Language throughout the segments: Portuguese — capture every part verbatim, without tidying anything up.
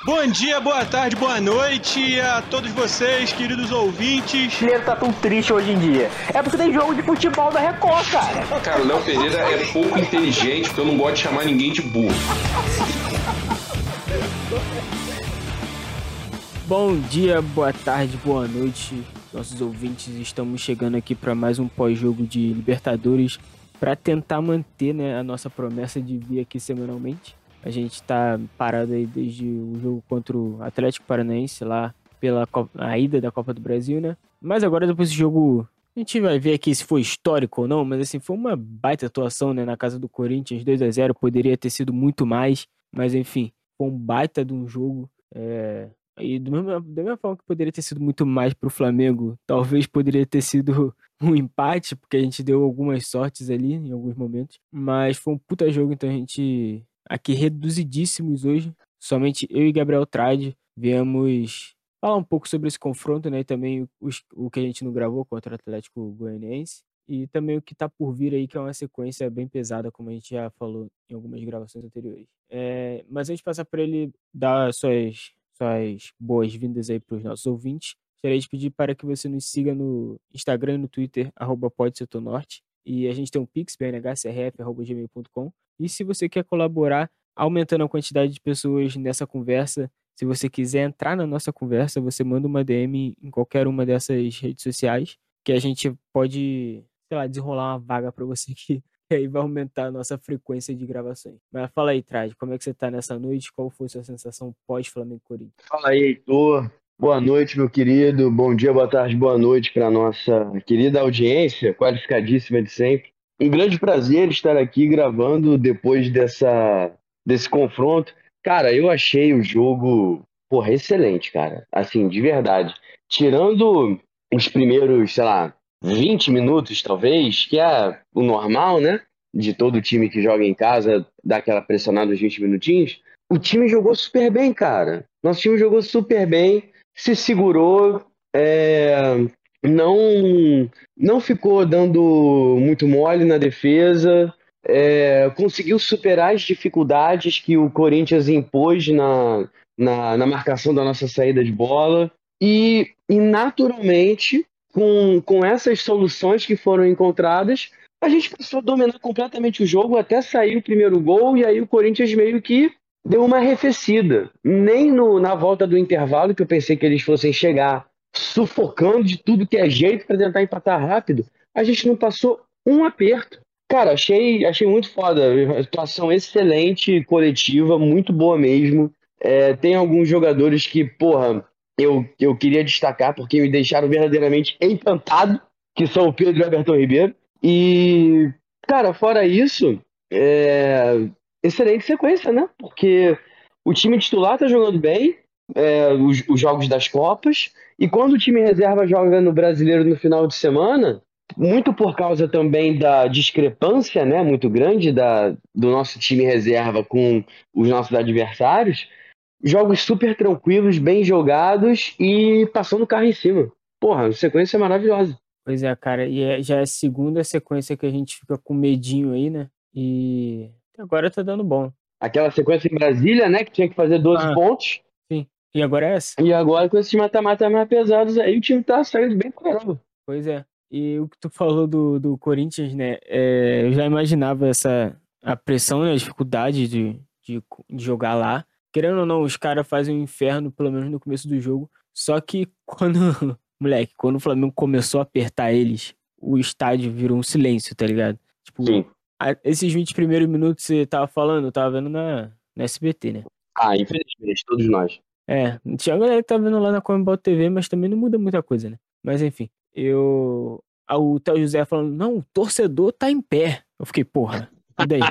Bom dia, boa tarde, boa noite a todos vocês, queridos ouvintes. Ele tá tão triste hoje em dia. É porque tem jogo de futebol da Record, cara. Cara, o Léo Pereira é pouco inteligente, porque eu não gosto de chamar ninguém de burro. Bom dia, boa tarde, boa noite, nossos ouvintes. Estamos chegando aqui para mais um pós-jogo de Libertadores para tentar manter, né, a nossa promessa de vir aqui semanalmente. A gente está parado aí desde o jogo contra o Atlético Paranaense, lá pela Copa, a ida da Copa do Brasil, né? Mas agora, depois desse jogo, a gente vai ver aqui se foi histórico ou não, mas assim, foi uma baita atuação, né, na casa do Corinthians, dois a zero, poderia ter sido muito mais, mas enfim, foi um baita de um jogo. É... E do mesmo, da mesma forma que poderia ter sido muito mais para o Flamengo, talvez poderia ter sido um empate, porque a gente deu algumas sortes ali em alguns momentos, mas foi um puta jogo, então a gente... Aqui reduzidíssimos hoje, somente eu e Gabriel Trade viemos falar um pouco sobre esse confronto, né, e também os, o que a gente não gravou contra o Atlético Goianiense, e também o que tá por vir aí, que é uma sequência bem pesada, como a gente já falou em algumas gravações anteriores. É, mas antes de passar para ele dar suas, suas boas-vindas aí para os nossos ouvintes, gostaria de pedir para que você nos siga no Instagram e no Twitter, arroba podsetornorte, e a gente tem um Pix, b n h c r f arroba gmail ponto com. E se você quer colaborar aumentando a quantidade de pessoas nessa conversa, se você quiser entrar na nossa conversa, você manda uma D M em qualquer uma dessas redes sociais, que a gente pode, sei lá, desenrolar uma vaga para você que aí vai aumentar a nossa frequência de gravações. Mas fala aí, Trade, como é que você tá nessa noite? Qual foi a sua sensação pós-Flamengo Corinthians? Fala aí, Heitor. Boa noite, meu querido. Bom dia, boa tarde, boa noite para nossa querida audiência, qualificadíssima de sempre. Um grande prazer estar aqui gravando depois dessa, desse confronto. Cara, eu achei o jogo, porra, excelente, cara. Assim, de verdade. Tirando os primeiros, sei lá, vinte minutos, talvez, que é o normal, né? De todo time que joga em casa, dar aquela pressionada nos vinte minutinhos. O time jogou super bem, cara. Nosso time jogou super bem, se segurou, é, não, não ficou dando muito mole na defesa, é, conseguiu superar as dificuldades que o Corinthians impôs na, na, na marcação da nossa saída de bola e, e naturalmente, com, com essas soluções que foram encontradas, a gente passou a dominar completamente o jogo até sair o primeiro gol e aí o Corinthians meio que deu uma arrefecida. Nem no, na volta do intervalo, que eu pensei que eles fossem chegar sufocando de tudo que é jeito para tentar empatar rápido, a gente não passou um aperto. Cara, achei, achei muito foda. Atuação excelente, coletiva, muito boa mesmo. É, tem alguns jogadores que, porra, eu, eu queria destacar porque me deixaram verdadeiramente encantado, que são o Pedro e o Everton Ribeiro. E, cara, fora isso, é... excelente sequência, né? Porque o time titular tá jogando bem, é, os, os jogos das Copas, e quando o time reserva joga no Brasileiro no final de semana, muito por causa também da discrepância, né, muito grande da, do nosso time reserva com os nossos adversários, jogos super tranquilos, bem jogados e passando o carro em cima. Porra, sequência maravilhosa. Pois é, cara, e é, já é a segunda sequência que a gente fica com medinho aí, né? E agora tá dando bom. Aquela sequência em Brasília, né, que tinha que fazer doze Ah, pontos. sim. E agora é essa? E agora com esses mata-mata mais pesados aí, o time tá saindo bem pra caramba. Pois é. E o que tu falou do, do Corinthians, né? É, eu já imaginava essa a pressão, né? A dificuldade de, de, de jogar lá. Querendo ou não, os caras fazem um inferno, pelo menos no começo do jogo. Só que quando, moleque, quando o Flamengo começou a apertar eles, o estádio virou um silêncio, tá ligado? Tipo, Sim. a, esses vinte primeiros minutos que você tava falando, eu tava vendo na, na S B T, né? Ah, infelizmente, todos nós. É, tinha a galera que tá vendo lá na Comebol T V, mas também não muda muita coisa, né? Mas enfim, eu... ah, o Theo José falando, não, o torcedor tá em pé. Eu fiquei, porra, e daí?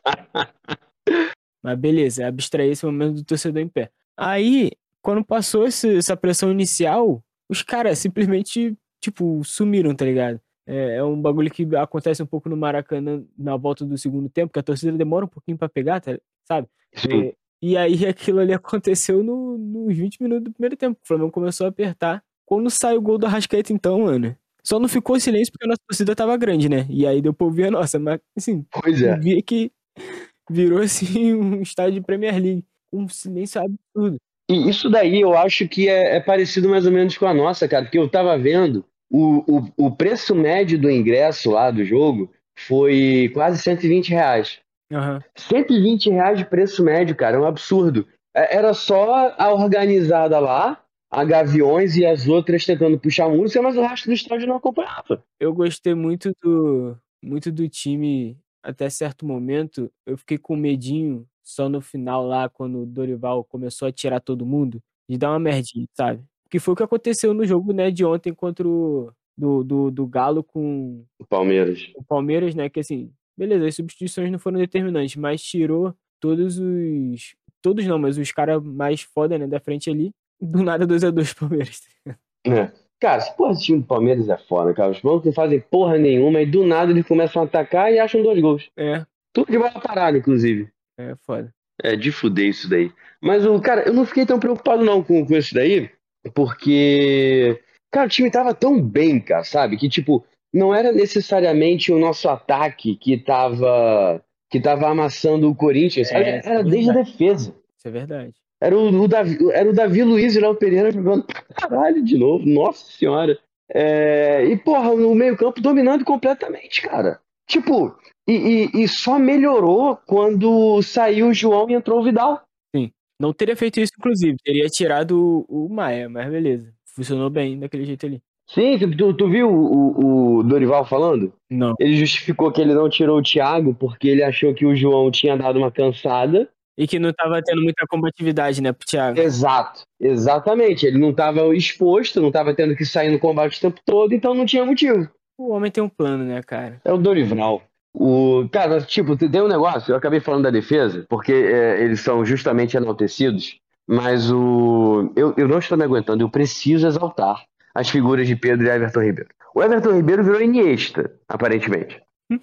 Mas beleza, abstrair esse momento do torcedor em pé. Aí, quando passou esse, essa pressão inicial, os caras simplesmente, tipo, sumiram, tá ligado? É, é um bagulho que acontece um pouco no Maracanã na volta do segundo tempo, que a torcida demora um pouquinho pra pegar, tá, sabe? Sim. É, e aí aquilo ali aconteceu no, nos vinte minutos do primeiro tempo. O Flamengo começou a apertar. Quando sai o gol do Arrascaeta, então, mano, só não ficou silêncio porque a nossa torcida tava grande, né? E aí deu pra ouvir a nossa, mas assim, Pois é. via que virou assim um estádio de Premier League. Um silêncio absurdo. E isso daí eu acho que é, é parecido mais ou menos com a nossa, cara, porque eu tava vendo o, o, o preço médio do ingresso lá do jogo foi quase cento e vinte reais. Aham. cento e vinte reais de preço médio, cara, é um absurdo. É- Era só a organizada lá, a Gaviões e as outras tentando puxar música, mas o resto do estádio não acompanhava. Eu gostei muito do, muito do time até certo momento. Eu fiquei com medinho só no final lá, quando o Dorival começou a tirar todo mundo, de dar uma merdinha, sabe? Que foi o que aconteceu no jogo, né, de ontem contra o do, do, do Galo com O Palmeiras. o Palmeiras, né? Que assim, beleza, as substituições não foram determinantes, mas tirou todos os. Todos não, mas os caras mais foda, né, da frente ali. Do nada dois a dois Palmeiras. É. Cara, esse porra, esse time do Palmeiras é foda, cara. Os malucos não fazem porra nenhuma e do nada eles começam a atacar e acham dois gols. É, Tudo de bola parada, inclusive. é foda. É de fuder isso daí. Mas, o cara, eu não fiquei tão preocupado não com, com isso daí, porque, cara, o time tava tão bem, cara, sabe? Que, tipo, não era necessariamente o nosso ataque que tava, que tava amassando o Corinthians, sabe? É, isso é Era desde a verdade. defesa. Isso é verdade. Era o, o Davi, era o Davi Luiz e o Léo Pereira jogando pra caralho de novo. Nossa senhora. É, e, porra, o meio-campo dominando completamente, cara. Tipo, e, e- e só melhorou quando saiu o João e entrou o Vidal. Sim. Não teria feito isso, inclusive. Teria tirado o, o Maia, mas beleza. Funcionou bem daquele jeito ali. Sim, tu, tu viu o, o Dorival falando? Não. Ele justificou que ele não tirou o Thiago porque ele achou que o João tinha dado uma cansada. E que não tava tendo muita combatividade, né, pro Thiago. Exato, exatamente. Ele não estava exposto, não estava tendo que sair no combate o tempo todo, então não tinha motivo. O homem tem um plano, né, cara? É o Dorival. O, cara, tipo, tem um negócio, eu acabei falando da defesa, porque é, eles são justamente enaltecidos, mas o, eu, eu não estou me aguentando, eu preciso exaltar as figuras de Pedro e Everton Ribeiro. O Everton Ribeiro virou Iniesta, aparentemente.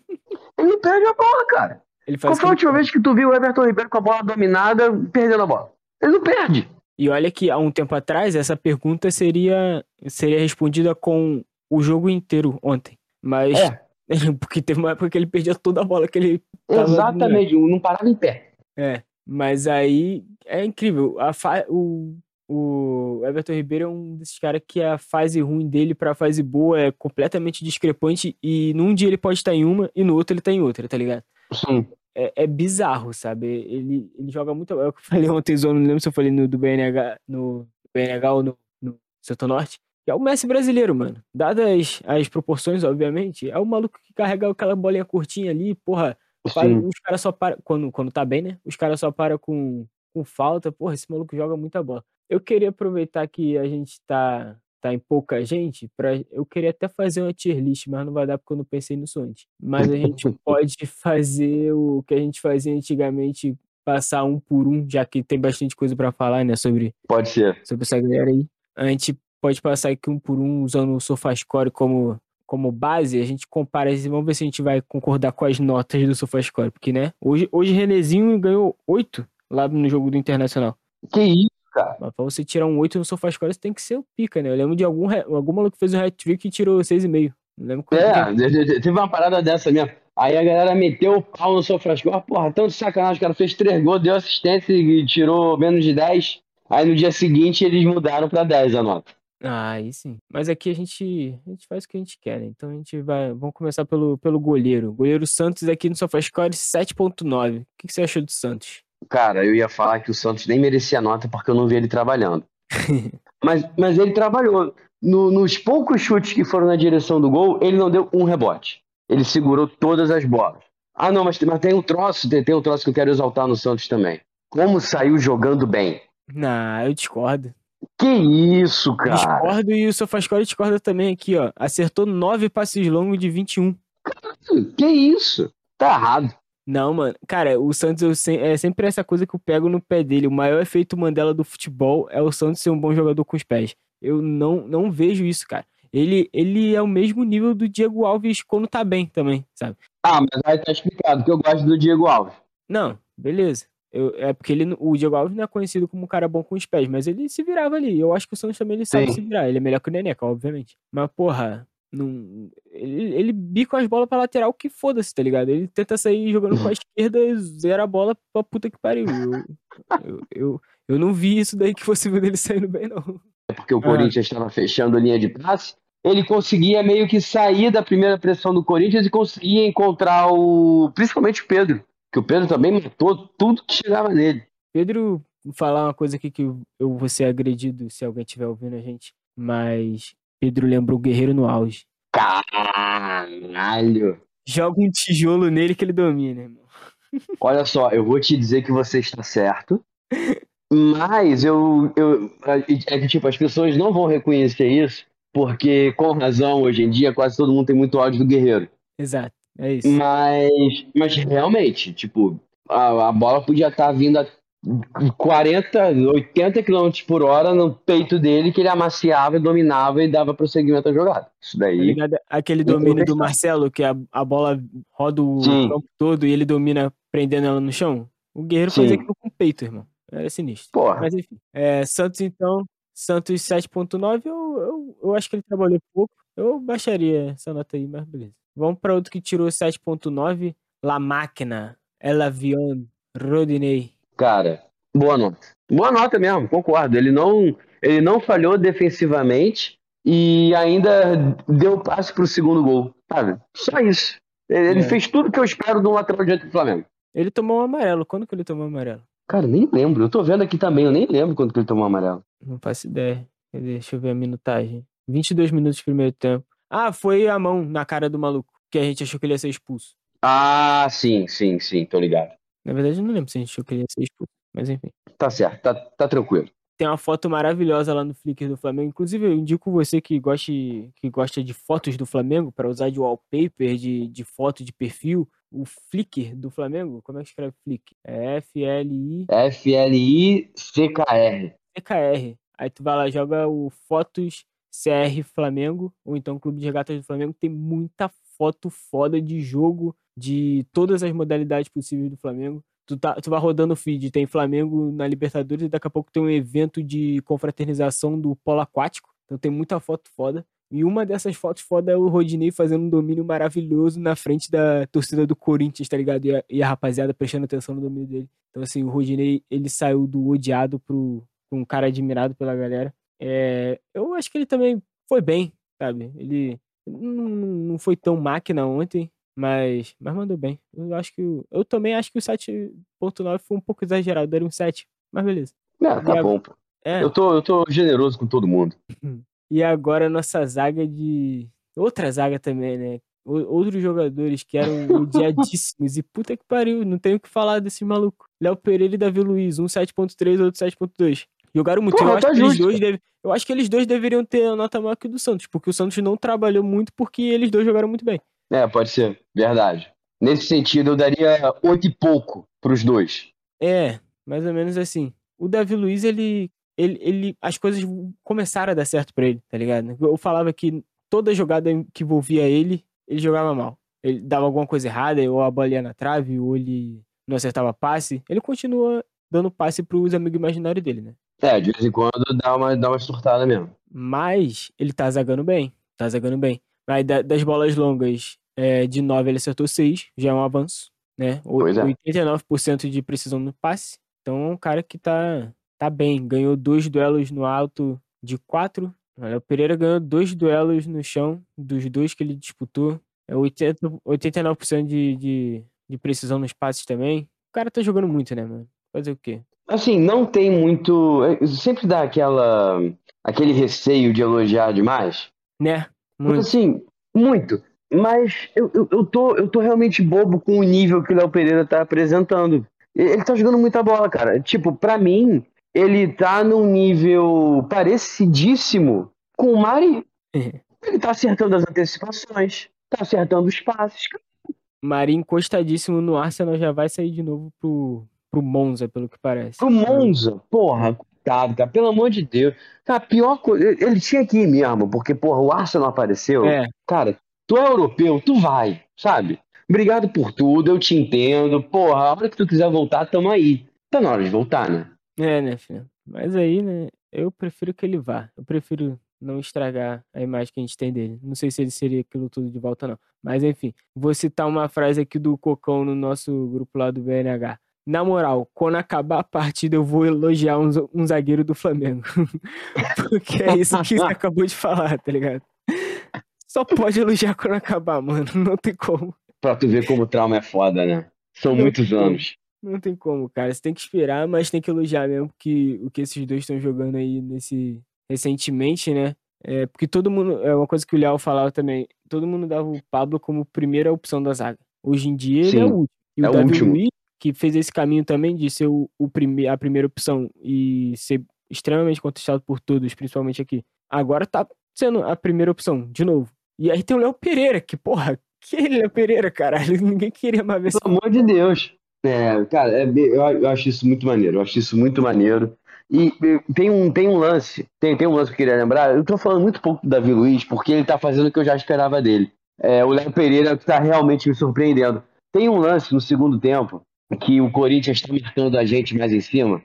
Ele não perde a bola, cara. Ele Qual faz foi a o que ele última quer. vez que tu viu o Everton Ribeiro com a bola dominada, perdendo a bola? Ele não perde. E olha que há um tempo atrás essa pergunta seria, seria respondida com o jogo inteiro ontem. Mas É, porque teve uma época que ele perdia toda a bola que ele tava dominando. exatamente, não parava em pé. É, mas aí é incrível. A fa... o, o Everton Ribeiro é um desses caras que a fase ruim dele pra fase boa é completamente discrepante e num dia ele pode estar em uma e no outro ele tá em outra, tá ligado? Sim. É, é bizarro, sabe? Ele, ele joga muito. É o que eu falei ontem, Zô, não lembro se eu falei no do B N H, no B N H ou no, no Setor Norte. Que é o Messi brasileiro, mano. Dadas as, as proporções, obviamente, é o maluco que carrega aquela bolinha curtinha ali, porra. Faz, Sim. os caras só param. Quando, quando tá bem, né? Os caras só param com, com falta. Porra, esse maluco joga muita bola. Eu queria aproveitar que a gente tá, tá em pouca gente. Pra, eu queria até fazer uma tier list, mas não vai dar porque eu não pensei nisso antes. Mas a gente pode fazer o que a gente fazia antigamente, passar um por um, já que tem bastante coisa pra falar, né? Sobre, Pode ser. sobre essa galera aí. A gente pode passar aqui um por um, usando o SofaScore como, como base. A gente compara, vamos ver se a gente vai concordar com as notas do SofaScore. Porque, né? Hoje, hoje Renezinho ganhou oito lá no jogo do Internacional. Que isso, cara? Mas pra você tirar um oito no SofaScore, você tem que ser o pica, né? Eu lembro de algum, re- algum maluco que fez o hat-trick e tirou seis e meio. Não lembro quanto que é. É, de- de- de- teve uma parada dessa mesmo. Aí a galera meteu o pau no SofaScore. Porra, tanto de sacanagem. O cara fez três gols, deu assistência e tirou menos de dez. Aí no dia seguinte eles mudaram pra dez a nota. Ah, aí sim. Mas aqui a gente, a gente faz o que a gente quer, né? Então a gente vai. Vamos começar pelo, pelo goleiro. Goleiro Santos aqui no SofaScore sete ponto nove. O que, que você achou do Santos? Cara, eu ia falar que o Santos nem merecia nota porque eu não vi ele trabalhando. Mas, mas ele trabalhou. No- nos poucos chutes que foram na direção do gol, ele não deu um rebote. Ele segurou todas as bolas. Ah, não, mas, mas tem um troço, tem, tem um troço que eu quero exaltar no Santos também. Como saiu jogando bem. Não, eu discordo. Que isso, cara? Discordo e o SofaScore discorda também aqui, ó. Acertou nove passes longos de vinte e um. Que isso? Tá errado. Não, mano. Cara, o Santos eu se- é sempre essa coisa que eu pego no pé dele. O maior efeito Mandela do futebol é o Santos ser um bom jogador com os pés. Eu não, não vejo isso, cara. Ele, ele é o mesmo nível do Diego Alves quando tá bem também, sabe? Ah, mas aí tá explicado que eu gosto do Diego Alves. Não, beleza. Eu, é porque ele, o Diego Alves não é conhecido como um cara bom com os pés, mas ele se virava ali. Eu acho que o Santos também ele sabe Sim. se virar. Ele é melhor que o Neneca, obviamente. Mas, porra, não, ele, ele bica as bolas pra lateral que foda-se, tá ligado? Ele tenta sair jogando com a esquerda e zera a bola pra puta que pariu. Eu, eu, eu, Eu não vi isso daí que você viu dele saindo bem, não. Porque o Ah, Corinthians estava fechando linha de passe, ele conseguia meio que sair da primeira pressão do Corinthians e conseguia encontrar o. Principalmente o Pedro. Que o Pedro também matou tudo que chegava nele. Pedro, vou falar uma coisa aqui que eu eu vou ser agredido se alguém estiver ouvindo a gente, mas Pedro lembra o Guerreiro no auge. Caralho! Joga um tijolo nele que ele domina, irmão. Olha só, eu vou te dizer que você está certo, mas eu, eu é que tipo, as pessoas não vão reconhecer isso, porque com razão, hoje em dia, quase todo mundo tem muito ódio do Guerreiro. Exato, é isso. Mas, mas realmente, tipo, a, a bola podia estar vindo a quarenta, oitenta quilômetros por hora no peito dele, que ele amaciava, dominava e dava prosseguimento à jogada. Isso Tá daí, ligado? Aquele domínio do Marcelo, que a, a bola roda o sim, campo todo e ele domina prendendo ela no chão. O Guerreiro fazia sim. aquilo com o peito, irmão. Era sinistro. Porra, Mas enfim. É, Santos, então. Santos sete ponto nove, eu, eu, eu acho que ele trabalhou pouco. Eu baixaria essa nota aí, mas beleza. Vamos para outro que tirou sete ponto nove. La Máquina, El Avión, Rodinei. cara, boa nota. Boa nota mesmo, concordo. Ele não, ele não falhou defensivamente e ainda deu passe pro segundo gol. Sabe? Só isso. Ele, ele É. fez tudo que eu espero de um lateral direito do Flamengo. Ele tomou um amarelo. Quando que ele tomou um amarelo? Cara, nem lembro. Eu tô vendo aqui também, eu nem lembro quando que ele tomou amarelo. Não faço ideia. Cadê? Deixa eu ver a minutagem. vinte e dois minutos de primeiro tempo. Ah, foi a mão na cara do maluco, que a gente achou que ele ia ser expulso. Ah, sim, sim, sim, tô ligado. Na verdade, eu não lembro se a gente achou que ele ia ser expulso. Mas enfim. Tá certo, tá, tá tranquilo. Tem uma foto maravilhosa lá no Flickr do Flamengo. Inclusive, eu indico você que goste, que gosta de fotos do Flamengo para usar de wallpaper, de, de foto de perfil. O Flickr do Flamengo, como é que escreve Flickr? É F L I F L I C K R. C K R. Aí tu vai lá, joga o Fotos C R Flamengo, ou então Clube de Regatas do Flamengo. Tem muita foto foda de jogo, de todas as modalidades possíveis do Flamengo. Tu, tá, tu vai rodando o feed, tem Flamengo na Libertadores e daqui a pouco tem um evento de confraternização do polo aquático. Então tem muita foto foda. E uma dessas fotos foda é o Rodinei fazendo um domínio maravilhoso na frente da torcida do Corinthians, tá ligado? E a, e a rapaziada prestando atenção no domínio dele. Então assim, o Rodinei, ele saiu do odiado pro, pro um cara admirado pela galera. É, eu acho que ele também foi bem, sabe? Ele não, não foi tão máquina ontem, mas, mas mandou bem. Eu acho que o- eu também acho que o sete ponto nove foi um pouco exagerado, daria um sete, mas beleza. É, E, tá a- bom, pô. é, Eu tô, eu tô generoso com todo mundo. e agora a nossa zaga de. Outra zaga também, né? O- Outros jogadores que eram odiadíssimos. E puta que pariu, não tenho o que falar desse maluco. Léo Pereira e Davi Luiz, um sete ponto três, outro sete ponto dois. Jogaram muito. Porra, eu, acho tá que eles justo, dois cara. deve... eu acho que eles dois deveriam ter a nota maior que o do Santos, porque o Santos não trabalhou muito porque eles dois jogaram muito bem. É, pode ser, verdade. Nesse sentido, eu daria oito e pouco pros dois. É, mais ou menos assim. O Davi Luiz, ele, ele, ele, as coisas começaram a dar certo pra ele, tá ligado? Eu falava que toda jogada que envolvia ele, ele jogava mal. Ele dava alguma coisa errada, ou a bola ia na trave, ou ele não acertava passe. Ele continua dando passe pros amigos imaginários dele, né? É, de vez em quando dá uma, dá uma surtada mesmo. Mas ele tá zagando bem, tá zagando bem. Mas da- das bolas longas, é, de nove ele acertou seis, já é um avanço, né? O- Pois é. oitenta e nove por cento de precisão no passe. Então é um cara que tá, tá bem. Ganhou dois duelos no alto de quatro. Olha, o Pereira ganhou dois duelos no chão, dos dois que ele disputou. É oitenta, oitenta e nove por cento de, de, de precisão nos passes também. O cara tá jogando muito, né, mano? Fazer o quê? Assim, não tem muito. é, Sempre dá aquela, aquele receio de elogiar demais. Né? Mas, Muito. assim, muito. Mas eu, eu, eu tô, eu tô realmente bobo com o nível que o Léo Pereira tá apresentando. E- Ele tá jogando muita bola, cara. Tipo, pra mim, ele tá num nível parecidíssimo com o Mari. Ele tá acertando as antecipações, tá acertando os passes. Marinho encostadíssimo no Arsenal já vai sair de novo pro, pro Monza, pelo que parece. Pro Monza, porra, coitado, cara, pelo amor de Deus. Cara, a pior coisa, ele ele tinha que ir mesmo, porque, porra, o Arsenal apareceu. É, Cara, tu é europeu, tu vai, sabe? Obrigado por tudo, eu te entendo. Porra, a hora que tu quiser voltar, tamo aí. Tá na hora de voltar, né? é, né, filho? Mas aí, né, eu prefiro que ele vá. Eu prefiro não estragar a imagem que a gente tem dele. Não sei se ele seria aquilo tudo de volta, não. Mas enfim, vou citar uma frase aqui do Cocão no nosso grupo lá do B N H. na moral, quando acabar a partida eu vou elogiar um, um zagueiro do Flamengo. Porque é isso que você acabou de falar, tá ligado? Só pode elogiar quando acabar, mano. Não tem como. Pra tu ver como o trauma é foda, né? São Não muitos tem como. anos. Não tem como, cara. Você tem que esperar, mas tem que elogiar mesmo que o que esses dois estão jogando aí nesse recentemente, né? É, porque todo mundo, é uma coisa que o Léo falava também, todo mundo dava o Pablo como primeira opção da zaga. Hoje em dia ele é o Sim, último. E é o o Davi último. Luiz, que fez esse caminho também de ser o, o prime, a primeira opção e ser extremamente contestado por todos, principalmente aqui. Agora tá sendo a primeira opção, de novo. E aí tem o Léo Pereira, que porra, que ele Léo Pereira, caralho, ninguém queria mais ver esse. Pelo amor de Deus. É, cara, é, eu, eu acho isso muito maneiro. Eu acho isso muito maneiro. E, e tem um, tem um lance, tem, tem um lance que eu queria lembrar. Eu tô falando muito pouco do Davi Luiz, porque ele tá fazendo o que eu já esperava dele. É, o Léo Pereira que tá realmente me surpreendendo. Tem um lance no segundo tempo que o Corinthians tá marcando a gente mais em cima,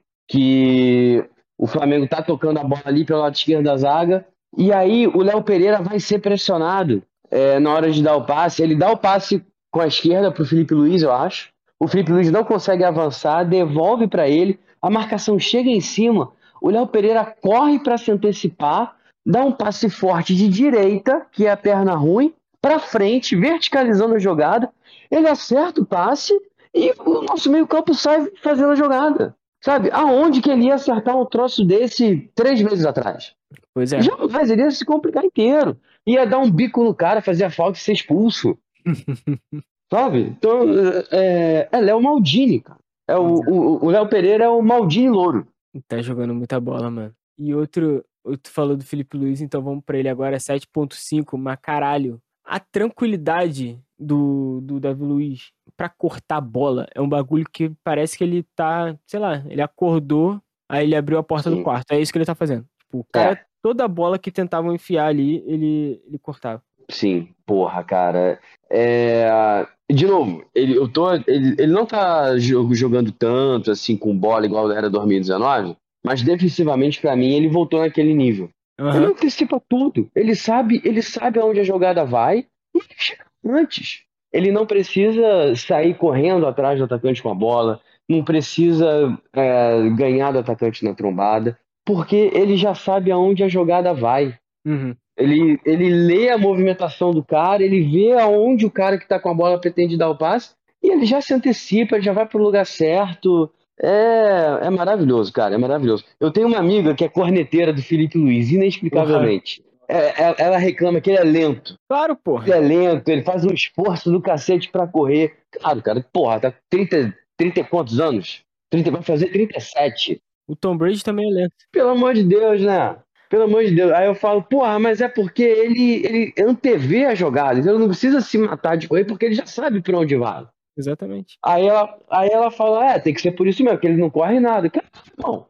que o Flamengo tá tocando a bola ali pelo lado esquerdo da zaga, e aí o Léo Pereira vai ser pressionado é, na hora de dar o passe. Ele dá o passe com a esquerda pro Felipe Luiz, eu acho. O Felipe Luiz não consegue avançar, devolve para ele, a marcação chega em cima, o Léo Pereira corre para se antecipar, dá um passe forte de direita, que é a perna ruim, para frente, verticalizando a jogada, ele acerta o passe e o nosso meio-campo sai fazendo a jogada. Sabe, aonde que ele ia acertar um troço desse três meses atrás? Pois é. Jamais, ele ia se complicar inteiro. Ia dar um bico no cara, fazer a falta e ser expulso. Sabe? Então, é, é Léo Maldini, cara. É o, o, o Léo Pereira é o Maldini louro. Tá jogando muita bola, mano. E outro, tu falou do Felipe Luiz, então vamos pra ele agora, sete ponto cinco, mas caralho. A tranquilidade do, do Davi Luiz pra cortar a bola é um bagulho que parece que ele tá, sei lá, ele acordou, aí ele abriu a porta Sim. do quarto. É isso que ele tá fazendo. Tipo, o cara, é. Toda bola que tentavam enfiar ali, ele, ele cortava. Sim, porra, cara. É... De novo, ele, eu tô, ele, ele não tá jogando tanto assim com bola igual era dois mil e dezenove, mas defensivamente pra mim ele voltou naquele nível. Uhum. Ele antecipa tudo. Ele sabe, ele sabe aonde a jogada vai e ele chega antes. Ele não precisa sair correndo atrás do atacante com a bola, não precisa é, ganhar do atacante na trombada, porque ele já sabe aonde a jogada vai. Uhum. Ele, ele lê a movimentação do cara, ele vê aonde o cara que tá com a bola pretende dar o passe e ele já se antecipa, ele já vai pro lugar certo. É, é maravilhoso, cara, é maravilhoso. Eu tenho uma amiga que é corneteira do Felipe Luiz, inexplicavelmente. Uhum. É, ela reclama que ele é lento. Claro, porra. Ele é lento, ele faz um esforço do cacete pra correr. Claro, cara, porra, tá trinta, trinta e quantos anos? trinta, vai fazer trinta e sete. O Tom Brady também é lento. Pelo amor de Deus, né? Pelo amor de Deus. Aí eu falo, porra, mas é porque ele, ele antevê as jogadas. Ele não precisa se matar de correr porque ele já sabe pra onde vai. Exatamente. Aí ela, aí ela fala, é, tem que ser por isso mesmo, que ele não corre nada. Cara, não.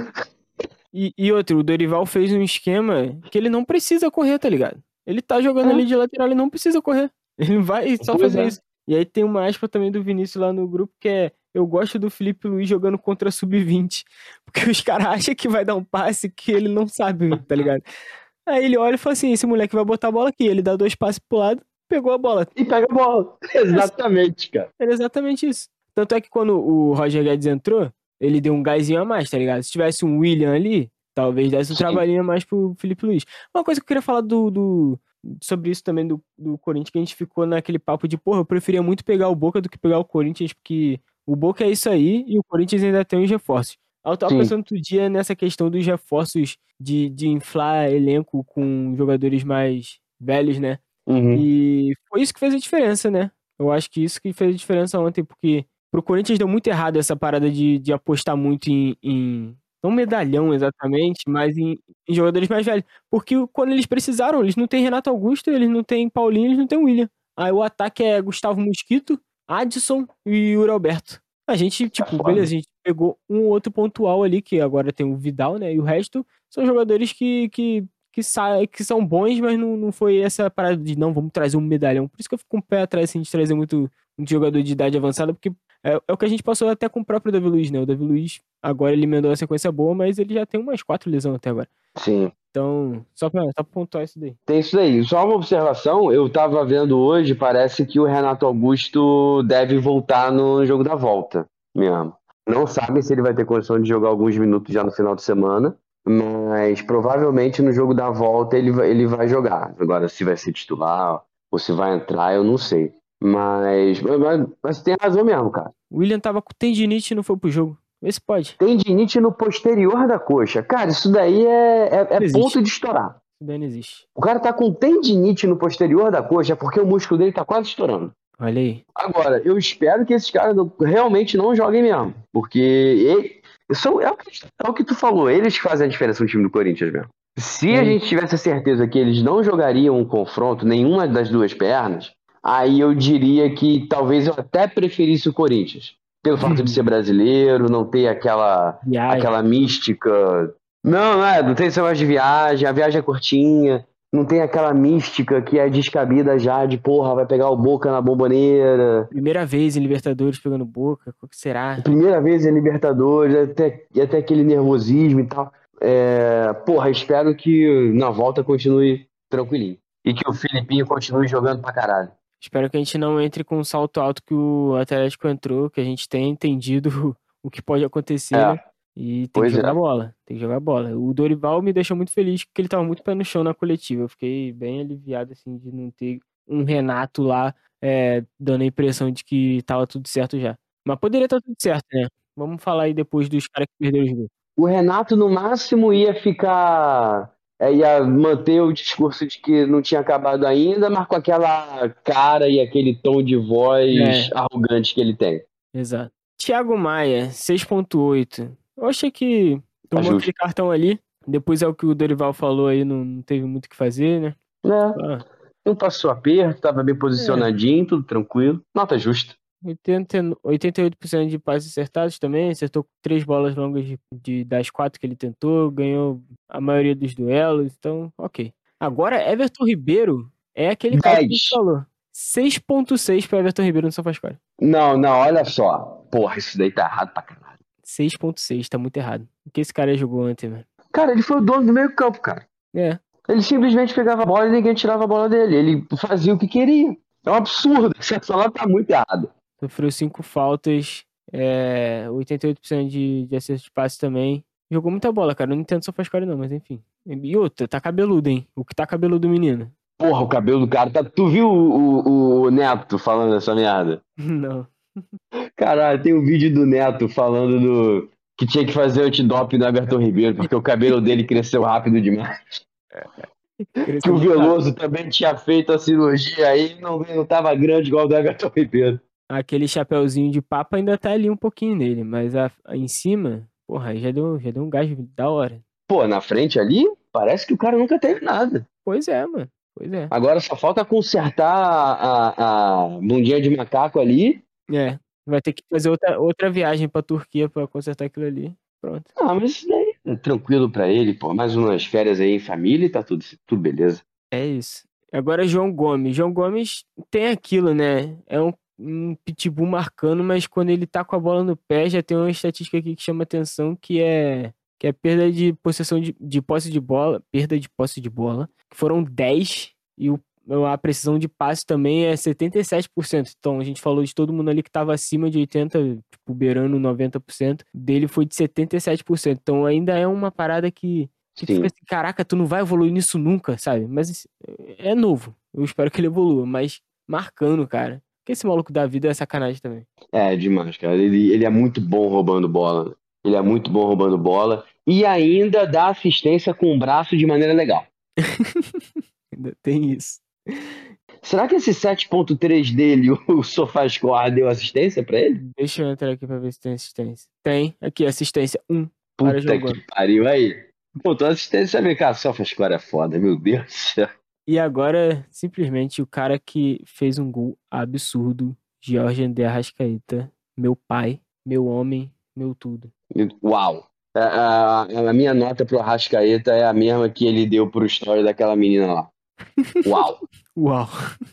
E, e outro, o Dorival fez um esquema que ele não precisa correr, tá ligado? Ele tá jogando é. ali de lateral, ele não precisa correr. Ele vai só pois fazer é. isso. E aí tem uma aspa também do Vinícius lá no grupo que é: eu gosto do Felipe Luiz jogando contra sub vinte. Porque os caras acham que vai dar um passe que ele não sabe, tá ligado? Aí ele olha e fala assim: esse moleque vai botar a bola aqui. Ele dá dois passes pro lado, pegou a bola. E pega a bola. Exatamente, cara. Era exatamente isso. Tanto é que quando o Roger Guedes entrou, ele deu um gásinho a mais, tá ligado? Se tivesse um William ali, talvez desse um trabalhinho a mais pro Felipe Luiz. Uma coisa que eu queria falar do... do... sobre isso também do, do Corinthians, que a gente ficou naquele papo de, porra, eu preferia muito pegar o Boca do que pegar o Corinthians, porque o Boca é isso aí e o Corinthians ainda tem os reforços. Eu tava Sim. pensando outro dia nessa questão dos reforços de, de inflar elenco com jogadores mais velhos, né? Uhum. E foi isso que fez a diferença, né? Eu acho que isso que fez a diferença ontem, porque pro Corinthians deu muito errado essa parada de, de apostar muito em... em... não medalhão exatamente, mas em, em jogadores mais velhos. Porque quando eles precisaram, eles não têm Renato Augusto, eles não têm Paulinho, eles não têm William. Aí o ataque é Gustavo Mosquito, Adson e Yuri Alberto. A gente, tipo, beleza, a gente pegou um outro pontual ali, que agora tem o Vidal, né? E o resto são jogadores que, que, que, sa- que são bons, mas não, não foi essa parada de, não, vamos trazer um medalhão. Por isso que eu fico com o pé atrás, assim, de trazer muito, muito jogador de idade avançada, porque é, é o que a gente passou até com o próprio Davi Luiz, né? O Davi Luiz agora ele emendou uma sequência boa, mas ele já tem umas quatro lesões até agora. Sim. Então, só pra, só pra pontuar isso daí. Tem isso daí. Só uma observação, eu tava vendo hoje, parece que o Renato Augusto deve voltar no jogo da volta mesmo. Não sabem se ele vai ter condição de jogar alguns minutos já no final de semana, mas provavelmente no jogo da volta ele vai, ele vai jogar. Agora, se vai ser titular ou se vai entrar, eu não sei. Mas, mas, mas tem razão mesmo, cara. O William tava com tendinite e não foi pro jogo. Vê se pode. Tendinite no posterior da coxa. Cara, isso daí é, é, é ponto de estourar. Isso daí não existe. O cara tá com tendinite no posterior da coxa porque o músculo dele tá quase estourando. Olha aí. Agora, eu espero que esses caras realmente não joguem mesmo. Porque ele, são, é, o que, é o que tu falou, eles que fazem a diferença no time do Corinthians mesmo. Se a gente tivesse a certeza que eles não jogariam um confronto, nenhuma das duas pernas, aí eu diria que talvez eu até preferisse o Corinthians. Pelo fato de ser brasileiro, não ter aquela, aquela mística. Não, não é, não tem esse negócio de viagem, a viagem é curtinha. Não tem aquela mística que é descabida já de, porra, vai pegar o Boca na Bomboneira. Primeira vez em Libertadores pegando Boca, o que será? Primeira vez em Libertadores, até, até aquele nervosismo e tal. É, porra, espero que na volta continue tranquilinho. E que o Filipinho continue jogando pra caralho. Espero que a gente não entre com um salto alto que o Atlético entrou, que a gente tenha entendido o que pode acontecer, É. né? E tem Pois que jogar é. bola, tem que jogar bola. O Dorival me deixou muito feliz porque ele tava muito pé no chão na coletiva. Eu fiquei bem aliviado, assim, de não ter um Renato lá é, dando a impressão de que tava tudo certo já. Mas poderia estar tudo certo, né? Vamos falar aí depois dos caras que perderam os gols. O Renato, no máximo, ia ficar. é, ia manter o discurso de que não tinha acabado ainda, mas com aquela cara e aquele tom de voz É. arrogante que ele tem. Exato. Thiago Maia, seis ponto oito. Eu achei que tomou justo. aquele cartão ali. Depois é o que o Dorival falou aí, não, não teve muito o que fazer, né? Né? Ah, Não passou aperto, tava bem posicionadinho, tudo tranquilo. Nota justa. oitenta, oitenta e oito por cento de passes acertados também, acertou três bolas longas de, de- das quatro que ele tentou, ganhou a maioria dos duelos, então, ok. Agora, Everton Ribeiro é aquele cara que a gente dez. falou. seis ponto seis para Everton Ribeiro no SofaScore. Não, não, olha só. Porra, isso daí tá errado pra caralho. seis ponto seis, tá muito errado. O que esse cara jogou ontem, mano? Cara, ele foi o dono do meio campo, cara. É, Ele simplesmente pegava a bola e ninguém tirava a bola dele. Ele fazia o que queria. É um absurdo. Essa sala tá muito errada. sofreu cinco faltas, é, oitenta e oito por cento de, de acerto de passe também. Jogou muita bola, cara. Eu não entendo SofaScore não, mas enfim. E outra, tá cabeludo, hein? O que tá cabeludo, menino? Porra, o cabelo do cara tá. Tu viu o, o, o Neto falando essa merda? Não. Caralho, tem um vídeo do Neto falando do. Que tinha que fazer antidoping no Everton Ribeiro, porque o cabelo dele cresceu rápido demais. Que o Veloso também tinha feito a cirurgia aí, não, não tava grande igual o do Everton Ribeiro. Aquele chapeuzinho de papa ainda tá ali um pouquinho nele, mas a, a- em cima, porra, aí já deu, já deu um gás da hora. Pô, na frente ali, parece que o cara nunca teve nada. Pois é, mano. Pois é. Agora só falta consertar a, a, a bundinha de macaco ali. É. Vai ter que fazer outra, outra viagem pra Turquia pra consertar aquilo ali. Pronto. Ah, mas isso daí é tranquilo pra ele, pô. Mais umas férias aí em família e tá tudo, tudo beleza. É isso. Agora João Gomes. João Gomes tem aquilo, né? É um, um pitbull marcando, mas quando ele tá com a bola no pé, já tem uma estatística aqui que chama atenção, que é que é perda de possessão de, de posse de bola, perda de posse de bola, que foram dez, e o, a precisão de passe também é setenta e sete por cento. Então a gente falou de todo mundo ali que tava acima de oitenta por cento, tipo, beirando noventa por cento, dele foi de setenta e sete por cento. Então ainda é uma parada que que tu Sim. fica assim, caraca, tu não vai evoluir nisso nunca, sabe? Mas é novo. Eu espero que ele evolua, mas marcando, cara. Porque esse maluco da vida é sacanagem também. É, demais, cara. Ele, ele é muito bom roubando bola. Ele é muito bom roubando bola. E ainda dá assistência com o braço de maneira legal. Ainda tem isso. Será que esse sete ponto três dele, o SofaScore, deu assistência pra ele? Deixa eu entrar aqui pra ver se tem assistência. Tem. Aqui, assistência um. Para Puta João que Gomes. pariu aí. Pô, tua assistência, vem cá, SofaScore é foda, meu Deus do céu. E agora, simplesmente, o cara que fez um gol absurdo, Jorge André Arrascaeta, meu pai, meu homem, meu tudo. Uau. A, a, a minha nota pro Arrascaeta é a mesma que ele deu pro story daquela menina lá. Uau. Uau.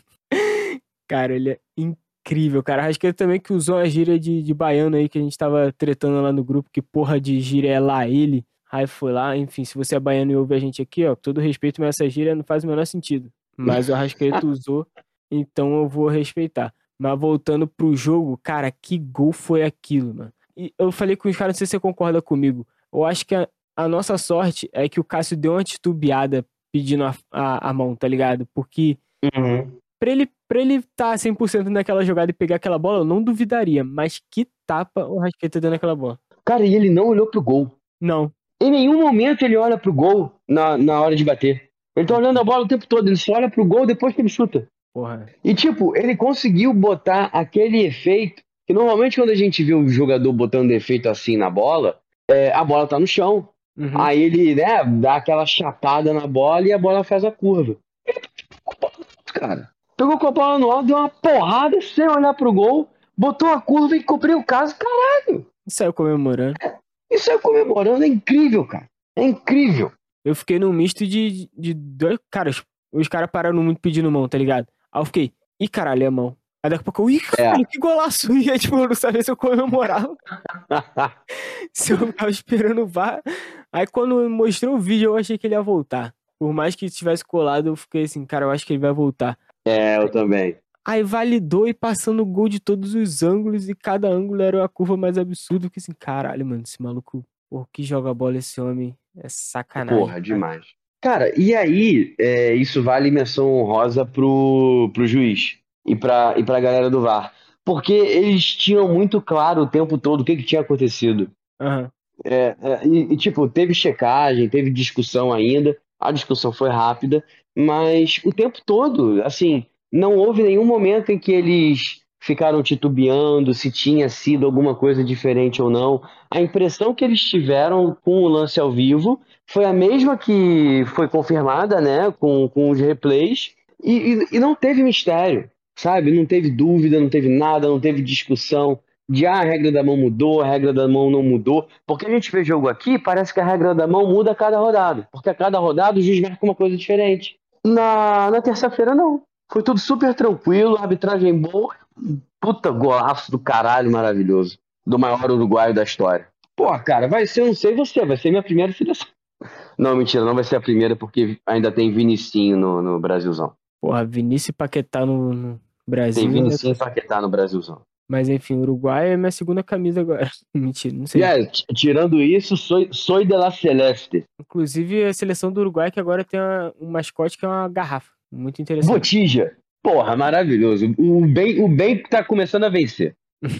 Cara, ele é incrível, cara. Arrascaeta também que usou a gíria de, de baiano aí, que a gente tava tretando lá no grupo, que porra de gíria é lá ele. Aí foi lá, enfim, se você é baiano e ouve a gente aqui, ó, com todo respeito, mas essa gíria não faz o menor sentido. Mas o Arrascaeta usou, então eu vou respeitar. Mas voltando pro jogo, cara, que gol foi aquilo, mano? e eu falei com os caras, não sei se você concorda comigo. Eu acho que a, a nossa sorte é que o Cássio deu uma titubeada pedindo a, a, a mão, tá ligado? Porque Uhum. pra ele, pra ele tá cem por cento naquela jogada e pegar aquela bola, eu não duvidaria. Mas que tapa o Rascaeta deu naquela bola. Cara, e ele não olhou pro gol. Não. Em nenhum momento ele olha pro gol na, na hora de bater. Ele tá olhando a bola o tempo todo, ele só olha pro gol depois que ele chuta. Porra. E tipo, ele conseguiu botar aquele efeito, que normalmente quando a gente vê o jogador botando efeito assim na bola, é, a bola tá no chão. Uhum. Aí ele, né, dá aquela chapada na bola e a bola faz a curva. Ele pegou com a bola no alto, cara. Pegou com a bola no alto, deu uma porrada sem olhar pro gol, botou a curva e cobriu o caso. Caralho! E saiu comemorando. Isso é comemorando, é incrível, cara. É incrível. Eu fiquei num misto de, de dois caras. Os caras pararam muito pedindo mão, tá ligado? Aí eu fiquei, ih, caralho, é mão. Aí daqui a pouco eu, ih, caralho, que golaço. E aí, tipo, eu não sabia se eu comemorava. Se eu tava esperando o V A R. Aí quando mostrou o vídeo, eu achei que ele ia voltar. Por mais que tivesse colado, eu fiquei assim, cara, eu acho que ele vai voltar. É, eu também. Aí validou e passando o gol de todos os ângulos e cada ângulo era uma curva mais absurda. Eu fiquei assim, caralho, mano, esse maluco, porra, que joga bola esse homem. É sacanagem. Porra, demais. Cara, e aí, é, isso vale menção honrosa pro, pro juiz e pra, e pra galera do V A R. Porque eles tinham muito claro o tempo todo o que, que tinha acontecido. Aham. É, é, e, e, tipo, teve checagem, teve discussão ainda. A discussão foi rápida, mas o tempo todo, assim, não houve nenhum momento em que eles ficaram titubeando se tinha sido alguma coisa diferente ou não. A impressão que eles tiveram com o lance ao vivo foi a mesma que foi confirmada, né, com, com os replays, e, e, e não teve mistério, sabe? Não teve dúvida, não teve nada, não teve discussão de ah, a regra da mão mudou, a regra da mão não mudou. Porque a gente vê jogo aqui, parece que a regra da mão muda a cada rodada. Porque a cada rodada o juiz marca uma coisa diferente. Na, na terça-feira, não. Foi tudo super tranquilo, arbitragem boa. Puta golaço do caralho maravilhoso. Do maior uruguaio da história. Pô, cara, vai ser, não sei você, vai ser minha primeira seleção. Não, mentira, não vai ser a primeira, porque ainda tem Vinicinho no, no Brasilzão. Porra, Vinícius e Paquetá no, no Brasil. Tem né? Vinicinho e Paquetá no Brasilzão. Mas enfim, Uruguai é minha segunda camisa agora. Mentira, não sei. E é, t- tirando isso, sou, sou de la Celeste. Inclusive a seleção do Uruguai que agora tem uma- um mascote que é uma garrafa. Muito interessante. Botija. Porra, maravilhoso. O bem, o bem tá começando a vencer.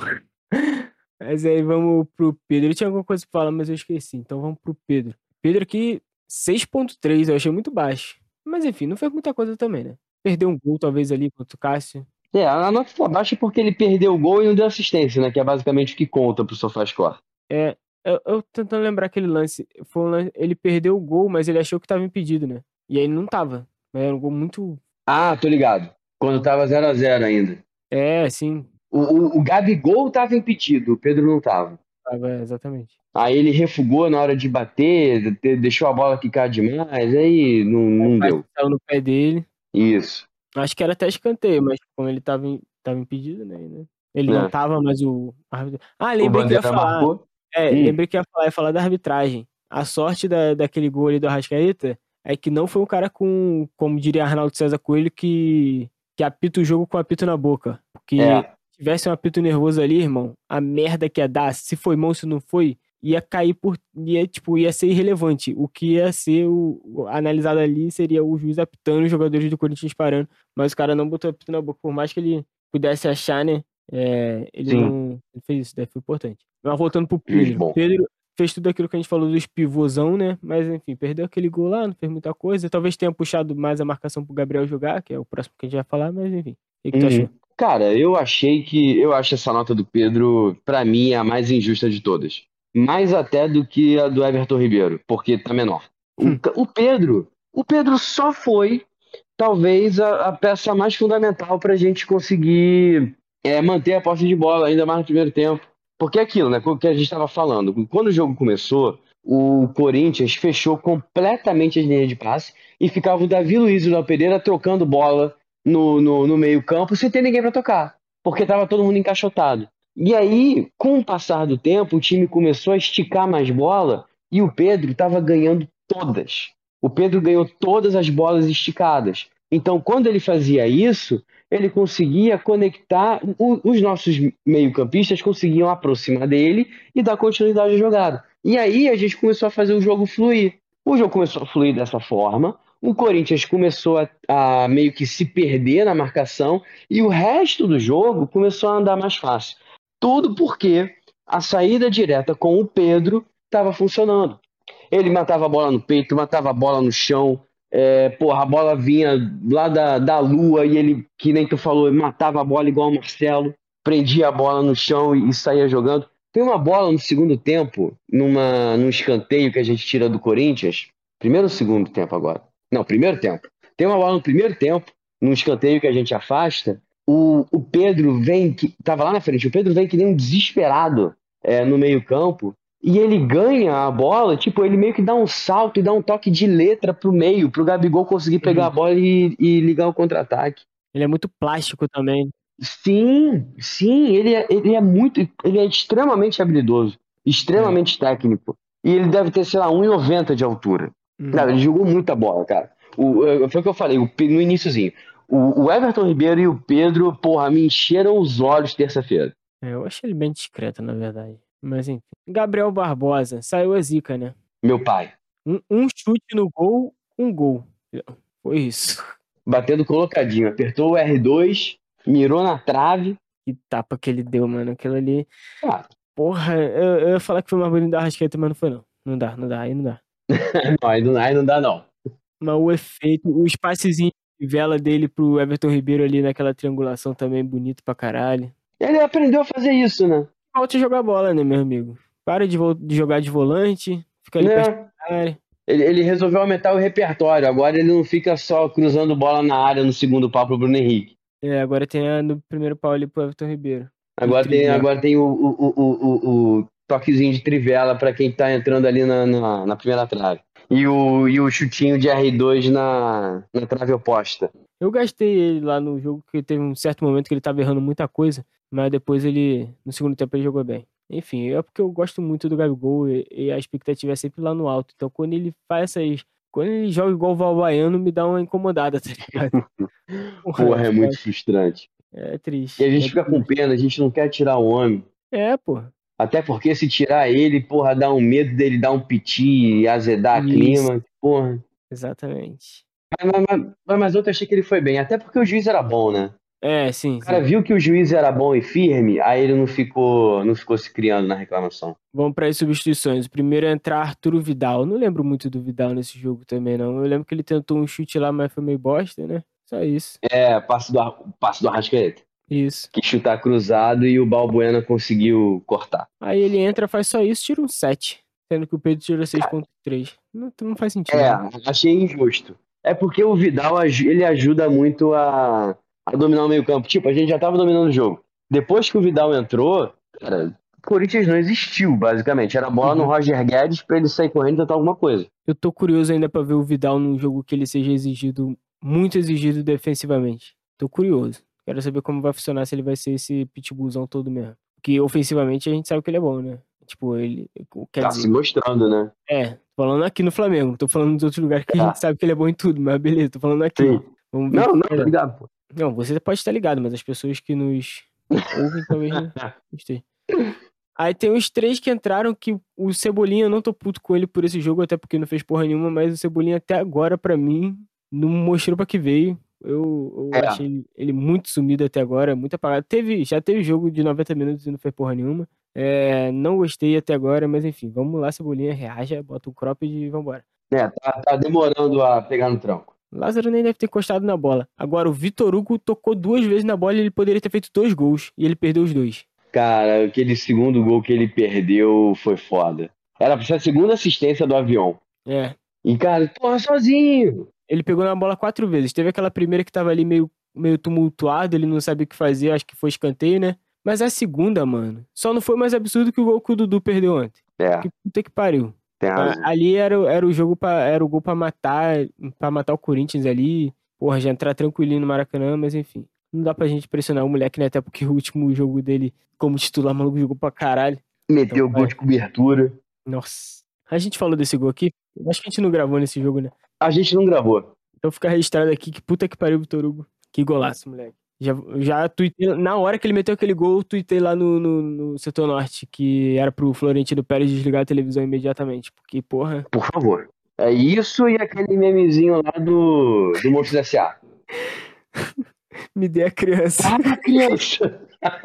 Mas aí vamos pro Pedro. Eu tinha alguma coisa pra falar, mas eu esqueci. Então vamos pro Pedro. Pedro aqui, seis ponto três, eu achei muito baixo. Mas enfim, não foi muita coisa também, né? Perdeu um gol talvez ali contra o Cássio. É, a nota tá baixa porque ele perdeu o gol e não deu assistência, né? Que é basicamente o que conta pro SofaScore. É, eu, eu tentando lembrar aquele lance. Foi um lance- ele perdeu o gol, mas ele achou que tava impedido, né? E aí não tava. Mas era um gol muito. Ah, tô ligado. Quando tava zero a zero ainda. É, assim. O, o, o Gabigol tava impedido, o Pedro não tava. Tava, é, exatamente. Aí ele refugou na hora de bater, de- deixou a bola quicar demais, aí não, não deu. Saiu no pé dele. Isso. Acho que era até escanteio, mas como ele tava, im- tava impedido, né? né? Ele não É. tava, mas o árbitro. Ah, O lembrei que eu ia Bandeira falar. marcou. É, Hum. lembrei que eu ia falar, ia falar da arbitragem. A sorte da, daquele gol ali do Arrascaeta é que não foi um cara com, como diria Arnaldo César Coelho, que, que apita o jogo com apito na boca. Porque É. se tivesse um apito nervoso ali, irmão, a merda que ia dar, se foi mão, se não foi, ia cair por. Ia, tipo, ia ser irrelevante. O que ia ser o, o- analisado ali seria o juiz apitando e os jogadores do Corinthians parando. Mas o cara não botou apito na boca, por mais que ele pudesse achar, né? É, ele Sim. não ele fez isso, daí foi importante. Mas voltando pro Juiz Pedro. bom. Pedro fez tudo aquilo que a gente falou dos pivôzão, né? Mas enfim, perdeu aquele gol lá, não fez muita coisa. Talvez tenha puxado mais a marcação pro Gabriel jogar, que é o próximo que a gente vai falar, mas enfim. O que, que tu Uhum. achou? Cara, eu achei que. Eu acho essa nota do Pedro, pra mim, a mais injusta de todas. Mais até do que a do Everton Ribeiro, porque tá menor. O, Hum. ca- o Pedro. O Pedro só foi, talvez, a, a peça mais fundamental pra gente conseguir é, manter a posse de bola, ainda mais no primeiro tempo. Porque é aquilo, né? O que a gente estava falando. Quando o jogo começou, o Corinthians fechou completamente as linhas de passe e ficava o Davi Luiz e o Léo Pereira trocando bola no, no, no meio-campo sem ter ninguém para tocar, porque estava todo mundo encaixotado. E aí, com o passar do tempo, o time começou a esticar mais bola e o Pedro estava ganhando todas. O Pedro ganhou todas as bolas esticadas. Então, quando ele fazia isso, ele conseguia conectar, o- os nossos meio-campistas conseguiam aproximar dele e dar continuidade à jogada. E aí a gente começou a fazer o jogo fluir. O jogo começou a fluir dessa forma, o Corinthians começou a, a meio que se perder na marcação e o resto do jogo começou a andar mais fácil. Tudo porque a saída direta com o Pedro estava funcionando. Ele matava a bola no peito, matava a bola no chão. É, porra, a bola vinha lá da, da lua e ele, que nem tu falou, matava a bola igual o Marcelo, prendia a bola no chão e, e saía jogando. Tem uma bola no segundo tempo, numa, num escanteio que a gente tira do Corinthians. Primeiro ou segundo tempo agora? Não, primeiro tempo. Tem uma bola no primeiro tempo, num escanteio que a gente afasta. O, o Pedro vem, que tava lá na frente, o Pedro vem que nem um desesperado é, no meio-campo. E ele ganha a bola, tipo, ele meio que dá um salto e dá um toque de letra pro meio, pro Gabigol conseguir pegar Uhum. a bola e, e ligar o contra-ataque. Ele é muito plástico também. Sim, sim, ele é, ele é muito, ele é extremamente habilidoso, extremamente técnico. E ele deve ter, sei lá, um e noventa de altura. Uhum. Cara, ele jogou muita bola, cara. O, eh, foi o que eu falei o Pe- no iniciozinho. O, o Everton Ribeiro e o Pedro, porra, me encheram os olhos terça-feira. É, eu achei ele bem discreto, na verdade. Mas enfim. Gabriel Barbosa, saiu a zica, né? Meu pai, Um, um chute no gol, um gol. Foi isso. batendo colocadinho, apertou o R dois, mirou na trave. Que tapa que ele deu, mano. Aquilo ali. Ah, Porra, eu, eu ia falar que foi mais bonito da Arrascaeta, mas não foi, não. Não dá, não dá, aí não dá. não, aí não, aí não dá, não. Mas o efeito, o espacezinho de vela dele pro Everton Ribeiro ali naquela triangulação também bonito pra caralho. Ele aprendeu a fazer isso, né? Volte a jogar bola, né, meu amigo? Para de, vo- de jogar de volante, fica ali perto Né? da área. Ele, ele resolveu aumentar o repertório. Agora ele não fica só cruzando bola na área no segundo pau pro Bruno Henrique. É, agora tem a no primeiro pau ali pro Everton Ribeiro. Agora Do tem, Trivela. agora tem o, o, o, o, o toquezinho de trivela para quem tá entrando ali na, na, na primeira trave. E o, e o chutinho de R dois na, na trave oposta. Eu gastei ele lá no jogo, que teve um certo momento que ele tava errando muita coisa, mas depois ele, no segundo tempo, ele jogou bem. Enfim, é porque eu gosto muito do Gabigol e, e a expectativa é sempre lá no alto. Então, quando ele faz essas. Quando ele joga igual o Val Baiano, me dá uma incomodada, tá ligado? Porra, é muito frustrante. É triste. E a gente é fica com triste. pena, a gente não quer tirar o homem. É, pô. Até porque se tirar ele, porra, dá um medo dele dar um piti e azedar Isso. clima. Porra. Exatamente. Mas, mas, mas, mas outro achei que ele foi bem. Até porque o juiz era bom, né? É, sim, O cara sim. viu que o juiz era bom e firme, aí ele não ficou, não ficou se criando na reclamação. Vamos para as substituições. O primeiro é entrar Arturo Vidal. Eu não lembro muito do Vidal nesse jogo também, não. Eu lembro que ele tentou um chute lá, mas foi meio bosta, né? Só isso. É, passe do, Ar- passe do Arrascaeta. Isso. Que chutar cruzado e o Balbuena conseguiu cortar. Aí ele entra, faz só isso, tira um sete. Sendo que o Pedro tirou seis ponto três. Não, não faz sentido. É, né? achei injusto. É porque o Vidal, aju- ele ajuda muito a, a dominar o meio campo. Tipo, a gente já tava dominando o jogo. Depois que o Vidal entrou, cara, o Corinthians não existiu, basicamente. Era bola no Uhum. Roger Guedes pra ele sair correndo e tentar alguma coisa. Eu tô curioso ainda pra ver o Vidal num jogo que ele seja exigido, muito exigido defensivamente. Tô curioso. Quero saber como vai funcionar, se ele vai ser esse pitbullzão todo mesmo. Porque ofensivamente a gente sabe que ele é bom, né? Tipo, ele. Quer Tá dizer, se mostrando, né? é, tô falando aqui no Flamengo, não tô falando nos outros lugares que a É. gente sabe que ele é bom em tudo, mas beleza, tô falando aqui. Sim. Vamos ver. Não, o não, que vai tá dar. ligado, pô. Não, você pode estar ligado, mas as pessoas que nos ouvem talvez não estejam. Aí tem os três que entraram que o Cebolinha, eu não tô puto com ele por esse jogo, até porque não fez porra nenhuma, mas o Cebolinha até agora, pra mim, não mostrou pra que veio. Eu, eu É. achei ele, ele muito sumido até agora, muito apagado. Teve, já teve jogo de noventa minutos e não fez porra nenhuma. É, não gostei até agora, mas enfim, vamos lá, Cebolinha, reaja, bota o cropped e vambora. É, tá, tá demorando a pegar no tranco. Lázaro nem deve ter encostado na bola. Agora, o Vitor Hugo tocou duas vezes na bola e ele poderia ter feito dois gols. E ele perdeu os dois. Cara, aquele segundo gol que ele perdeu foi foda. Era pra ser a segunda assistência do avião. É. E, cara, porra, sozinho. Ele pegou na bola quatro vezes. Teve aquela primeira que tava ali meio, meio tumultuado, ele não sabia o que fazer, acho que foi escanteio, né? Mas a segunda, mano, só não foi mais absurdo que o gol que o Dudu perdeu ontem. É, Que puta que pariu. tem Ah, razão. ali era, o- era o jogo pra, era o gol pra matar, pra matar o Corinthians ali. Porra, já entrar tranquilinho no Maracanã, mas enfim. Não dá pra gente pressionar o moleque, né? Até porque o último jogo dele como titular, maluco, jogou pra caralho. Meteu Então, gol de cobertura. Nossa. A gente falou desse gol aqui. Eu acho que a gente não gravou nesse jogo, né? A gente não gravou. Então fica registrado aqui que puta que pariu, Vitor Hugo. Que golaço, moleque. Já, já tuitei, na hora que ele meteu aquele gol, eu tuitei lá no, no, no setor norte, que era pro Florentino Pérez desligar a televisão imediatamente. Porque, porra. Por favor. É isso e aquele memezinho lá do, do Monstros S A. Me dê a criança. Ah, criança!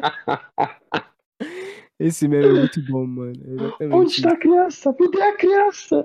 Esse meme é muito bom, mano. Exatamente. Onde está a criança? Me dê a criança!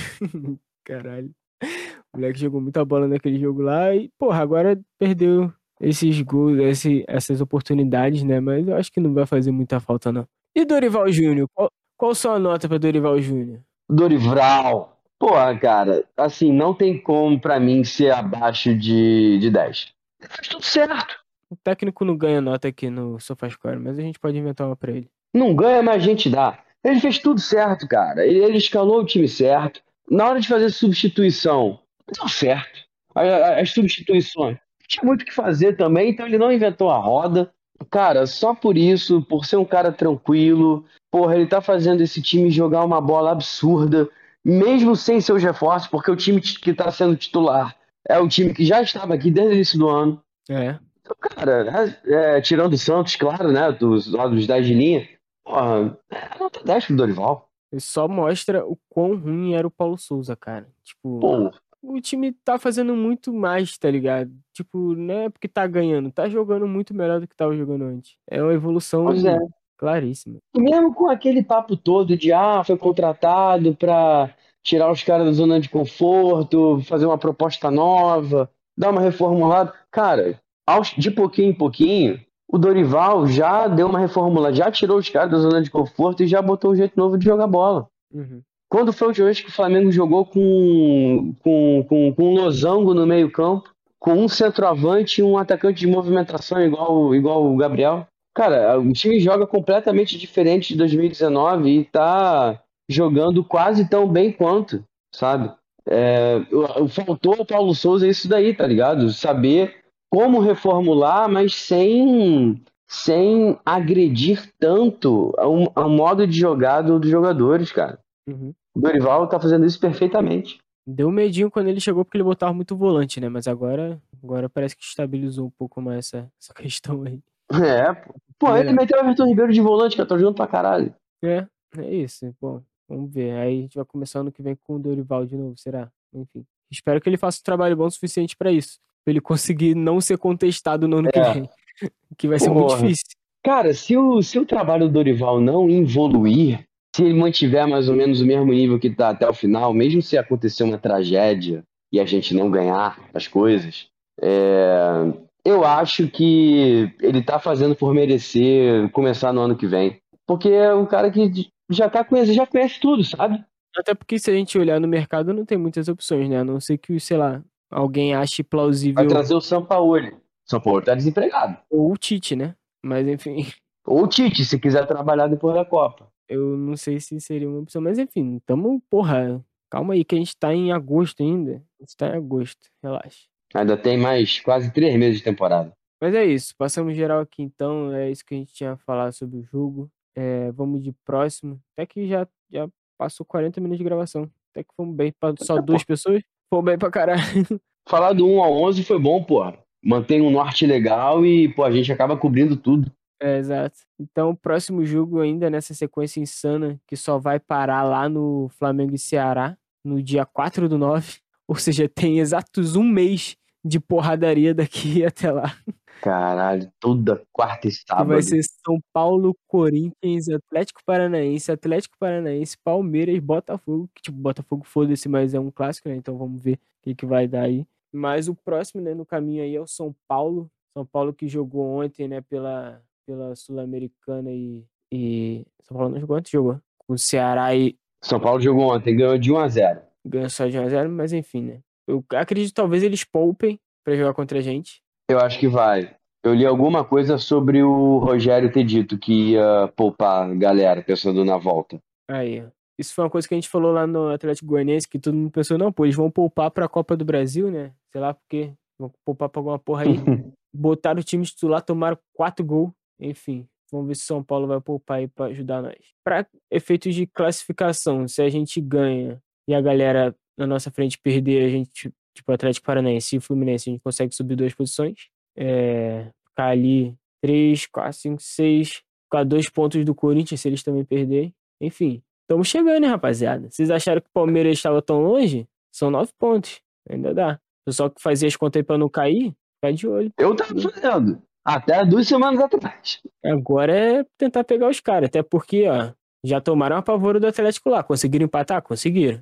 Caralho. O moleque jogou muita bola naquele jogo lá e, porra, agora perdeu esses gols, esse, essas oportunidades, né? Mas eu acho que não vai fazer muita falta, não. E Dorival Júnior? Qual, qual sua nota pra Dorival Júnior? Dorival. Porra, cara, assim, não tem como pra mim ser abaixo de, de dez. Faz tudo certo. O técnico não ganha nota aqui no SofaScore, mas a gente pode inventar uma pra ele. Não ganha, mas a gente dá. Ele fez tudo certo, cara. Ele, ele escalou o time certo. Na hora de fazer substituição, deu certo. A- a- As substituições. Tinha muito o que fazer também, então ele não inventou a roda. Cara, só por isso, por ser um cara tranquilo, porra, ele tá fazendo esse time jogar uma bola absurda, mesmo sem seus reforços, porque o time ti- que tá sendo titular é o time que já estava aqui desde o início do ano. É. Então, cara, é, tirando o Santos, claro, né, dos, lá dos dez de linha, porra, é nota dez pro Dorival. Ele só mostra o quão ruim era o Paulo Souza, cara. Tipo, Pô, o time tá fazendo muito mais, tá ligado? Tipo, não é porque tá ganhando, tá jogando muito melhor do que tava jogando antes. É uma evolução pois é. claríssima. E mesmo com aquele papo todo de, ah, foi contratado pra tirar os caras da zona de conforto, fazer uma proposta nova, dar uma reformulada. Cara, aos- de pouquinho em pouquinho, o Dorival já deu uma reformulada, já tirou os caras da zona de conforto e já botou um jeito novo de jogar bola. Uhum. Quando foi o última vez que o Flamengo jogou com, com, com, com um losango no meio-campo, com um centroavante e um atacante de movimentação igual, igual o Gabriel? Cara, o time joga completamente diferente de dois mil e dezenove e tá jogando quase tão bem quanto, sabe? É, o- o- faltou ao Paulo Souza isso daí, tá ligado? Saber como reformular, mas sem, sem agredir tanto ao, ao modo de jogar do- dos jogadores, cara. Uhum. O Dorival tá fazendo isso perfeitamente. Deu medinho quando ele chegou porque ele botava muito volante, né? Mas agora, agora parece que estabilizou um pouco mais essa, essa questão aí. É, pô. Pô, ele Melhor. meteu o Everton Ribeiro de volante, que eu tô junto pra caralho. É, é isso. Bom, vamos ver. Aí a gente vai começar ano que vem com o Dorival de novo, será? Enfim. Espero que ele faça um trabalho bom o suficiente pra isso. Pra ele conseguir não ser contestado no ano que É. vem. Que vai ser muito Porra. difícil. Cara, se o, se o trabalho do Dorival não evoluir, se ele mantiver mais ou menos o mesmo nível que tá até o final, mesmo se acontecer uma tragédia e a gente não ganhar as coisas, é, eu acho que ele tá fazendo por merecer começar no ano que vem. Porque é um cara que já tá conhece, já conhece tudo, sabe? Até porque se a gente olhar no mercado, não tem muitas opções, né? A não ser que, sei lá, alguém ache Vai plausível. trazer o Sampaoli. O Sampaoli tá desempregado. Ou o Tite, né? Mas enfim, Ou o Tite, se quiser trabalhar depois da Copa. eu não sei se seria uma opção. Mas enfim, tamo, porra, calma aí que a gente tá em agosto ainda. A gente tá em agosto, relaxa. Ainda tem mais quase três meses de temporada. Mas é isso, passamos geral aqui então, é isso que a gente tinha a falar sobre o jogo. É, vamos de próximo. Até que já, já passou quarenta minutos de gravação. Até que fomos bem pra só Tá, duas pessoas. Fomos bem pra caralho. Falar do um ao onze foi bom, porra. Mantém um norte legal e, pô, a gente acaba cobrindo tudo. É, exato. Então, o próximo jogo ainda nessa sequência insana, que só vai parar lá no Flamengo e Ceará, no dia quatro do nove. Ou seja, tem exatos um mês de porradaria daqui até lá. Caralho, toda quarta e Que sábado. vai ser São Paulo, Corinthians, Atlético Paranaense, Atlético Paranaense, Palmeiras, Botafogo. Que tipo, Botafogo foda-se, mas é um clássico, né? Então vamos ver o que, que vai dar aí. Mas o próximo, né, no caminho aí é o São Paulo. São Paulo que jogou ontem, né, pela, pela Sul-Americana e, e... São Paulo não jogou ontem, jogou com o Ceará e São Paulo jogou ontem, ganhou de um a zero. ganhou só de um a zero, mas enfim, né. Eu acredito que talvez eles poupem pra jogar contra a gente. Eu acho que vai. Eu li alguma coisa sobre o Rogério ter dito que ia poupar a galera, pensando na volta. Aí, ó. Isso foi uma coisa que a gente falou lá no Atlético Goianiense, que todo mundo pensou, não, pô, eles vão poupar pra Copa do Brasil, né? Sei lá por quê. Vão poupar pra alguma porra aí. Botaram o time titular, tomaram quatro gols. Enfim, vamos ver se São Paulo vai poupar aí pra ajudar nós. Pra efeitos de classificação, se a gente ganha e a galera na nossa frente perder, a gente tipo Atlético Paranaense e Fluminense, a gente consegue subir duas posições. É, ficar ali três, quatro, cinco, seis, ficar dois pontos do Corinthians se eles também perderem. Enfim, estamos chegando, hein, rapaziada. Vocês acharam que o Palmeiras estava tão longe? São nove pontos. Ainda dá. O pessoal que fazia as contas aí pra não cair, fica de olho. Eu tava fazendo. Até duas semanas atrás. Agora é tentar pegar os caras. Até porque, ó, já tomaram a pavoro do Atlético lá. Conseguiram empatar? Conseguiram.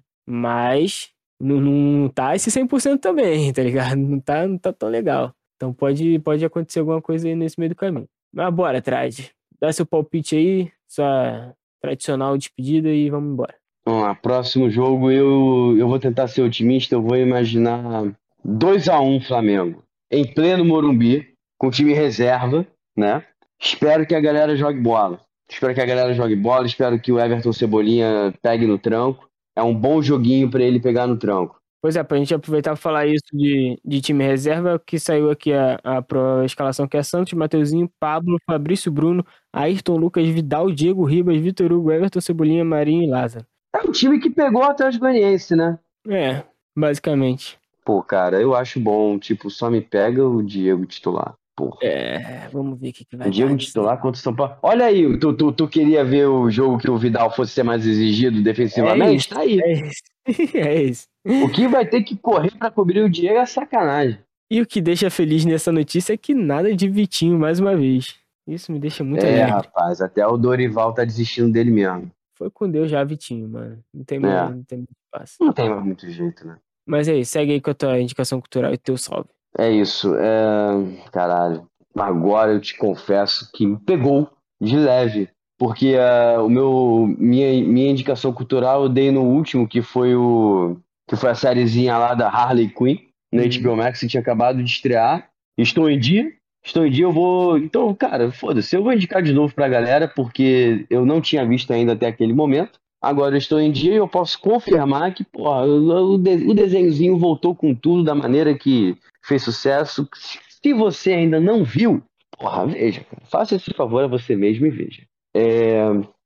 Mas não, não tá esse cem por cento também, tá ligado? Não tá, não tá tão legal. Então pode, pode acontecer alguma coisa aí nesse meio do caminho. Mas bora, Trad. Dá seu palpite aí, sua tradicional despedida e vamos embora. Vamos lá, próximo jogo eu, eu vou tentar ser otimista, eu vou imaginar dois a um Flamengo. Em pleno Morumbi, com time reserva, né? Espero que a galera jogue bola. Espero que a galera jogue bola, espero que o Everton Cebolinha pegue no tranco. É um bom joguinho pra ele pegar no tranco. Pois é, pra gente aproveitar e falar isso de, de time reserva, que saiu aqui a, a, a escalação que é Santos, Mateuzinho, Pablo, Fabrício Bruno, Ayrton Lucas, Vidal, Diego Ribas, Vitor Hugo, Everton Cebolinha, Marinho e Lázaro. É um time que pegou o Atlético Goianiense, né? É, basicamente. Pô, cara, eu acho bom, tipo, só me pega o Diego titular. Porra. É, vamos ver o que, que vai O Diego dar. titular contra o São Paulo. Olha aí, tu, tu, tu queria ver o jogo que o Vidal fosse ser mais exigido defensivamente? É isso, Tá aí. É isso. É isso. O que vai ter que correr pra cobrir o Diego é sacanagem. E o que deixa feliz nessa notícia é que nada de Vitinho mais uma vez. Isso me deixa muito É, alegre. rapaz, até o Dorival tá desistindo dele mesmo. Foi com Deus já, Vitinho, mano. Não tem mais, É. não tem muito espaço. Não tem mais muito jeito, né? Mas aí, segue aí com a tua indicação cultural e teu salve. É isso, é... Caralho, agora eu te confesso que me pegou de leve. Porque uh, o meu, minha, minha indicação cultural eu dei no último, que foi o que foi a sériezinha lá da Harley Quinn, no Uhum. H B O Max, que tinha acabado de estrear. Estou em dia, estou em dia, eu vou... Então, cara, foda-se, eu vou indicar de novo pra galera, porque eu não tinha visto ainda até aquele momento. Agora eu estou em dia e eu posso confirmar que, porra, o, de- o desenhozinho voltou com tudo da maneira que fez sucesso. Se você ainda não viu, porra, veja, cara, faça esse favor a você mesmo e veja. É,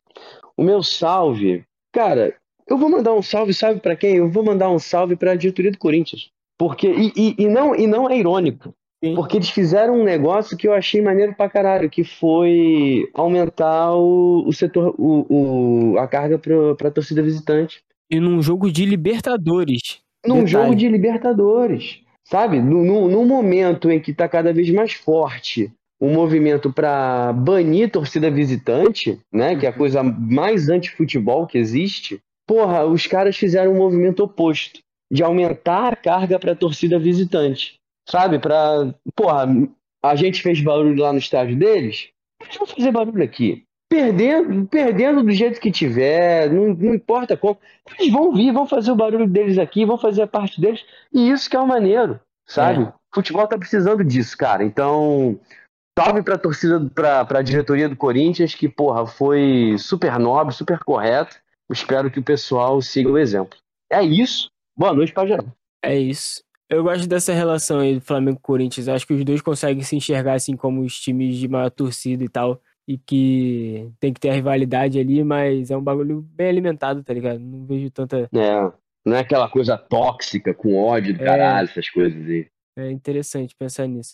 o meu salve, cara, eu vou mandar um salve, sabe pra quem? Eu vou mandar um salve pra diretoria do Corinthians. Porque, e, e, e não, e não é irônico. Sim. Porque eles fizeram um negócio que eu achei maneiro pra caralho, que foi aumentar o, o setor, o, o, a carga pra, pra torcida visitante. E num jogo de Libertadores. Num Detalhe. jogo de Libertadores, sabe? No, no, no momento em que tá cada vez mais forte o movimento pra banir torcida visitante, né? Que é a coisa mais anti-futebol que existe. Porra, os caras fizeram um movimento oposto, de aumentar a carga pra torcida visitante. Sabe, pra... Porra, a gente fez barulho lá no estádio deles, a gente vai fazer barulho aqui. Perdendo, perdendo do jeito que tiver, não, não importa como. Eles vão vir, vão fazer o barulho deles aqui, vão fazer a parte deles, e isso que é o maneiro, sabe? É. Futebol tá precisando disso, cara. Então, salve pra torcida, pra, pra diretoria do Corinthians, que, porra, foi super nobre, super correto. Espero que o pessoal siga o exemplo. É isso. Boa noite pra geral. É isso. Eu gosto dessa relação aí do Flamengo e Corinthians. Acho que os dois conseguem se enxergar assim como os times de maior torcida e tal. E que tem que ter a rivalidade ali, mas é um bagulho bem alimentado, tá ligado? Não vejo tanta. É, não é aquela coisa tóxica, com ódio do É. caralho, essas coisas aí. É interessante pensar nisso.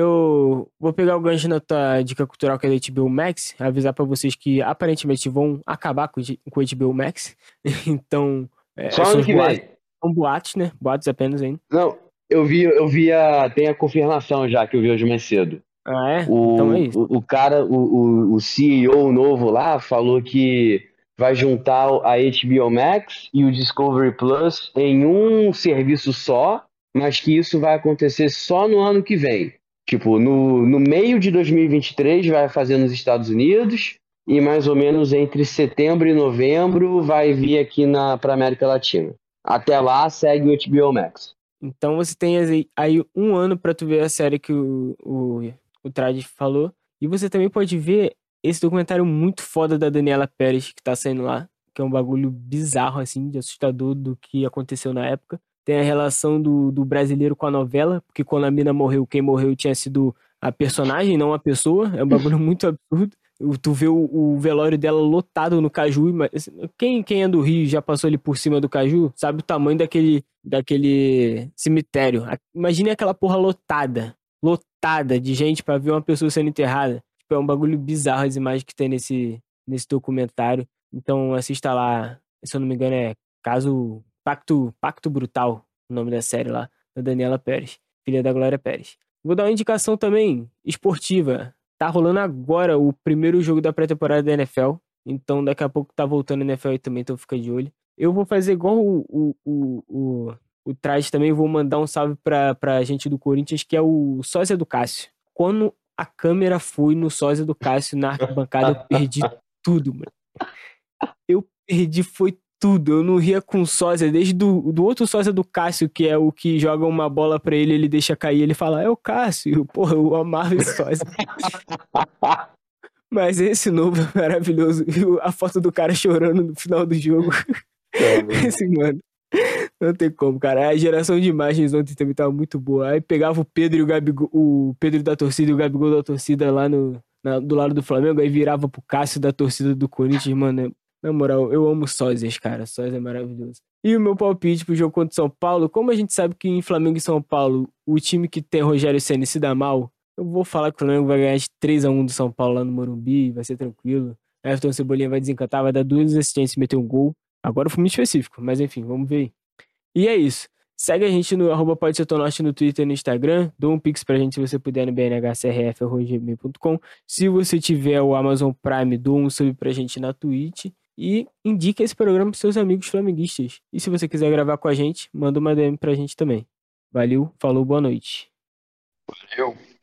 Eu vou pegar o gancho na tua dica cultural que é da H B O Max, avisar pra vocês que aparentemente vão acabar com o H B O Max. Então, é, Só são ano os que boatos, vem. são boatos, né? Boatos apenas ainda. Não, eu vi, eu vi a. Tem a confirmação já que eu vi hoje mais cedo. Ah, é? O, Então é isso. o, o cara, o, o, o C E O novo lá falou que vai juntar a H B O Max e o Discovery Plus em um serviço só, mas que isso vai acontecer só no ano que vem. Tipo, no, no meio de dois mil e vinte e três vai fazer nos Estados Unidos e mais ou menos entre setembro e novembro vai vir aqui na, pra América Latina. Até lá segue o H B O Max. Então você tem aí, aí um ano pra tu ver a série que o, o, o Trad falou. E você também pode ver esse documentário muito foda da Daniela Pérez que tá saindo lá. Que é um bagulho bizarro, assim, de assustador do que aconteceu na época. Tem a relação do, do brasileiro com a novela, porque quando a mina morreu, quem morreu tinha sido a personagem, não a pessoa. É um bagulho muito absurdo. Tu vê o, o velório dela lotado no Caju. Quem, quem é do Rio já passou ali por cima do Caju, sabe o tamanho daquele, daquele cemitério. Imagine aquela porra lotada. Lotada de gente pra ver uma pessoa sendo enterrada. Tipo, é um bagulho bizarro as imagens que tem nesse, nesse documentário. Então assista lá, se eu não me engano é Caso Pacto, Pacto Brutal, o nome da série lá, da Daniela Pérez, filha da Glória Pérez. Vou dar uma indicação também esportiva. Tá rolando agora o primeiro jogo da pré-temporada da N F L. Então daqui a pouco tá voltando a N F L aí também, então fica de olho. Eu vou fazer igual o, o, o, o, o Traz também, vou mandar um salve pra, pra gente do Corinthians, que é o sósia do Cássio. Quando a câmera foi no sósia do Cássio na arquibancada, eu perdi tudo, mano. Eu perdi, foi tudo. Eu não ria com sósia, desde do, do outro sósia do Cássio, que é o que joga uma bola pra ele, ele deixa cair, ele fala, é o Cássio. Porra, eu amava esse sósia. Mas esse novo é maravilhoso. E a foto do cara chorando no final do jogo. Esse, mano, não tem como, cara. A geração de imagens ontem também tava muito boa. Aí pegava o Pedro e o Gabigol, o Pedro da torcida e o Gabigol da torcida lá no, na, do lado do Flamengo, aí virava pro Cássio da torcida do Corinthians, mano. Na moral, eu amo sósias, cara. Sósia é maravilhoso. E o meu palpite pro jogo contra o São Paulo, como a gente sabe que em Flamengo e São Paulo, o time que tem Rogério Ceni se dá mal, eu vou falar que o Flamengo vai ganhar de três a um do São Paulo lá no Morumbi, vai ser tranquilo. Everton Cebolinha vai desencantar, vai dar duas assistências e meter um gol. Agora foi muito específico, mas enfim, vamos ver aí. E é isso. Segue a gente no arroba pode ser norte no Twitter e no Instagram. Dá um pix pra gente se você puder no b n h c r f arroba gmail ponto com. Se você tiver o Amazon Prime, dá um sub pra gente na Twitch. E indica esse programa pros seus amigos flamenguistas. E se você quiser gravar com a gente, manda uma D M pra gente também. Valeu, falou, boa noite. Valeu.